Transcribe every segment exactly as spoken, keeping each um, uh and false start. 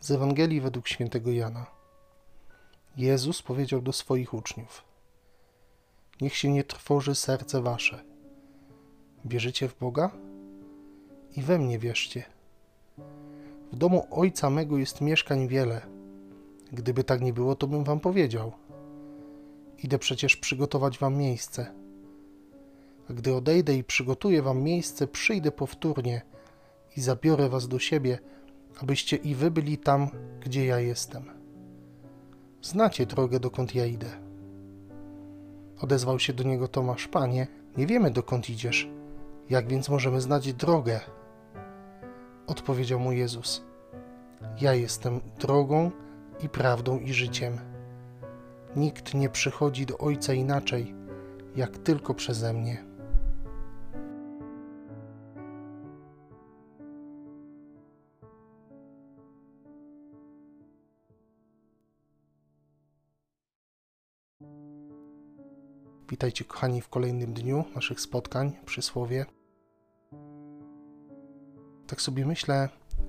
Z Ewangelii według świętego Jana. Jezus powiedział do swoich uczniów: niech się nie trwoży serce wasze. Wierzycie w Boga? I we mnie wierzcie. W domu Ojca mego jest mieszkań wiele. Gdyby tak nie było, to bym wam powiedział. Idę przecież przygotować wam miejsce. A gdy odejdę i przygotuję wam miejsce, przyjdę powtórnie i zabiorę was do siebie, abyście i wy byli tam, gdzie ja jestem. Znacie drogę, dokąd ja idę. Odezwał się do niego Tomasz: Panie, nie wiemy, dokąd idziesz. Jak więc możemy znać drogę? Odpowiedział mu Jezus: ja jestem drogą i prawdą i życiem. Nikt nie przychodzi do Ojca inaczej, jak tylko przeze mnie. Witajcie, kochani, w kolejnym dniu naszych spotkań przy Słowie. Tak sobie myślę,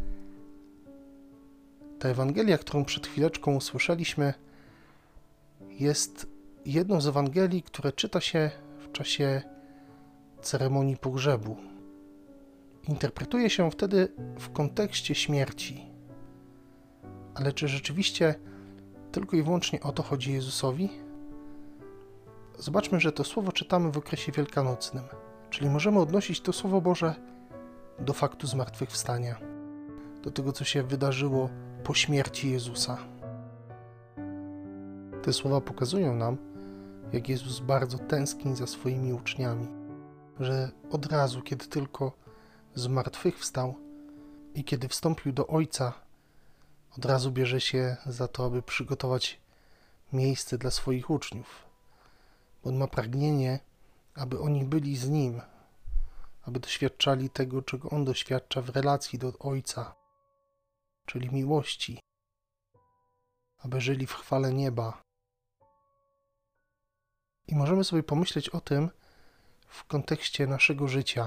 ta Ewangelia, którą przed chwileczką usłyszeliśmy, jest jedną z Ewangelii, które czyta się w czasie ceremonii pogrzebu. Interpretuje się wtedy w kontekście śmierci. Ale czy rzeczywiście tylko i wyłącznie o to chodzi Jezusowi? Zobaczmy, że to słowo czytamy w okresie wielkanocnym, czyli możemy odnosić to Słowo Boże do faktu zmartwychwstania, do tego, co się wydarzyło po śmierci Jezusa. Te słowa pokazują nam, jak Jezus bardzo tęskni za swoimi uczniami, że od razu, kiedy tylko zmartwychwstał i kiedy wstąpił do Ojca, od razu bierze się za to, aby przygotować miejsce dla swoich uczniów. Bo On ma pragnienie, aby oni byli z Nim, aby doświadczali tego, czego On doświadcza w relacji do Ojca, czyli miłości, aby żyli w chwale nieba. I możemy sobie pomyśleć o tym w kontekście naszego życia.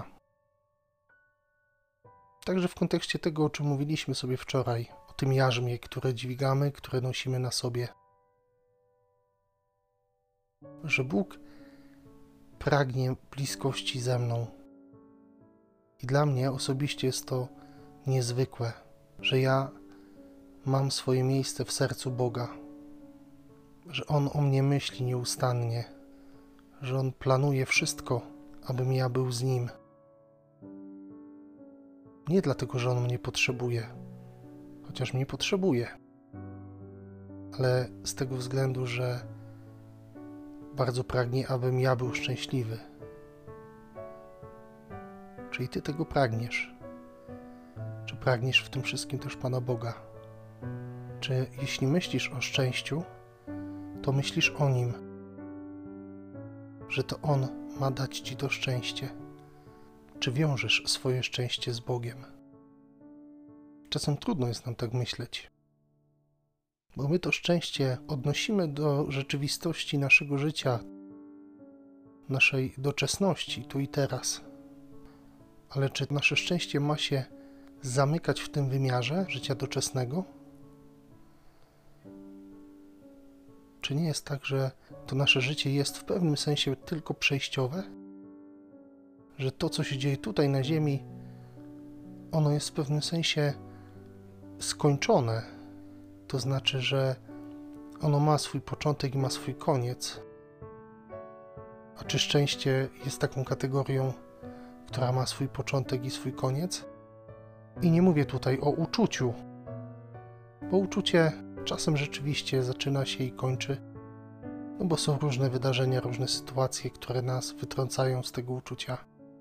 Także w kontekście tego, o czym mówiliśmy sobie wczoraj, o tym jarzmie, które dźwigamy, które nosimy na sobie. Że Bóg pragnie bliskości ze mną. I dla mnie osobiście jest to niezwykłe, że ja mam swoje miejsce w sercu Boga, że On o mnie myśli nieustannie, że On planuje wszystko, abym ja był z Nim. Nie dlatego, że On mnie potrzebuje, chociaż mnie potrzebuje, ale z tego względu, że bardzo pragnie, abym ja był szczęśliwy. Czyli Ty tego pragniesz. Czy pragniesz w tym wszystkim też Pana Boga? Czy jeśli myślisz o szczęściu, to myślisz o Nim, że to On ma dać Ci to szczęście? Czy wiążesz swoje szczęście z Bogiem? Czasem trudno jest nam tak myśleć, bo my to szczęście odnosimy do rzeczywistości naszego życia, naszej doczesności, tu i teraz. Ale czy nasze szczęście ma się zamykać w tym wymiarze życia doczesnego? Czy nie jest tak, że to nasze życie jest w pewnym sensie tylko przejściowe? Że to, co się dzieje tutaj na ziemi, ono jest w pewnym sensie skończone. To znaczy, że ono ma swój początek i ma swój koniec. A czy szczęście jest taką kategorią, która ma swój początek i swój koniec? I nie mówię tutaj o uczuciu, bo uczucie czasem rzeczywiście zaczyna się i kończy, no bo są różne wydarzenia, różne sytuacje, które nas wytrącają z tego uczucia.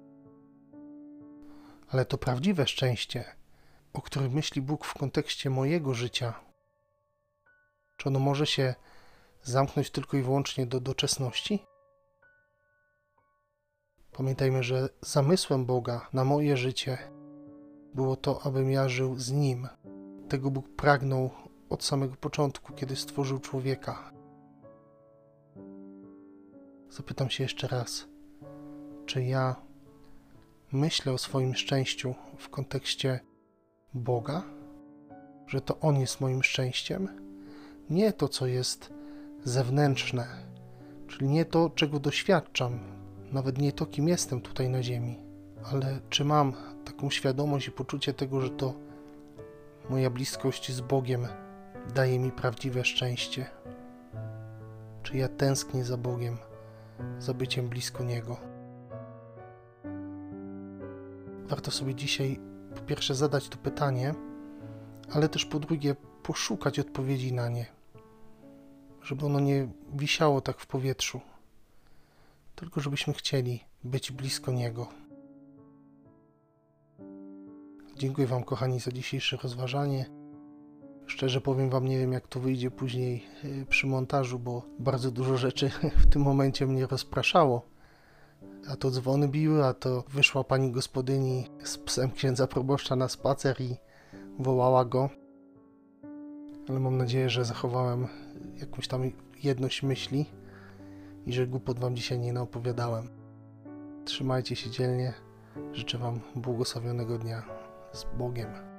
Ale to prawdziwe szczęście, o którym myśli Bóg w kontekście mojego życia, czy ono może się zamknąć tylko i wyłącznie do doczesności? Pamiętajmy, że zamysłem Boga na moje życie było to, abym ja żył z Nim. Tego Bóg pragnął od samego początku, kiedy stworzył człowieka. Zapytam się jeszcze raz, czy ja myślę o swoim szczęściu w kontekście Boga? że to On jest moim szczęściem. Nie to, co jest zewnętrzne, czyli nie to, czego doświadczam, nawet nie to, kim jestem tutaj na ziemi, ale czy mam taką świadomość i poczucie tego, że to moja bliskość z Bogiem daje mi prawdziwe szczęście. Czy ja tęsknię za Bogiem, za byciem blisko Niego. Warto sobie dzisiaj po pierwsze zadać to pytanie, ale też po drugie poszukać odpowiedzi na nie, żeby ono nie wisiało tak w powietrzu, tylko żebyśmy chcieli być blisko Niego. Dziękuję Wam, kochani, za dzisiejsze rozważanie. Szczerze powiem Wam, nie wiem, jak to wyjdzie później przy montażu, bo bardzo dużo rzeczy w tym momencie mnie rozpraszało. A to dzwony biły, a to wyszła pani gospodyni z psem księdza proboszcza na spacer i wołała go. Ale mam nadzieję, że zachowałem jakąś tam jedność myśli i że głupot Wam dzisiaj nie naopowiadałem. Trzymajcie się dzielnie. Życzę Wam błogosławionego dnia z Bogiem.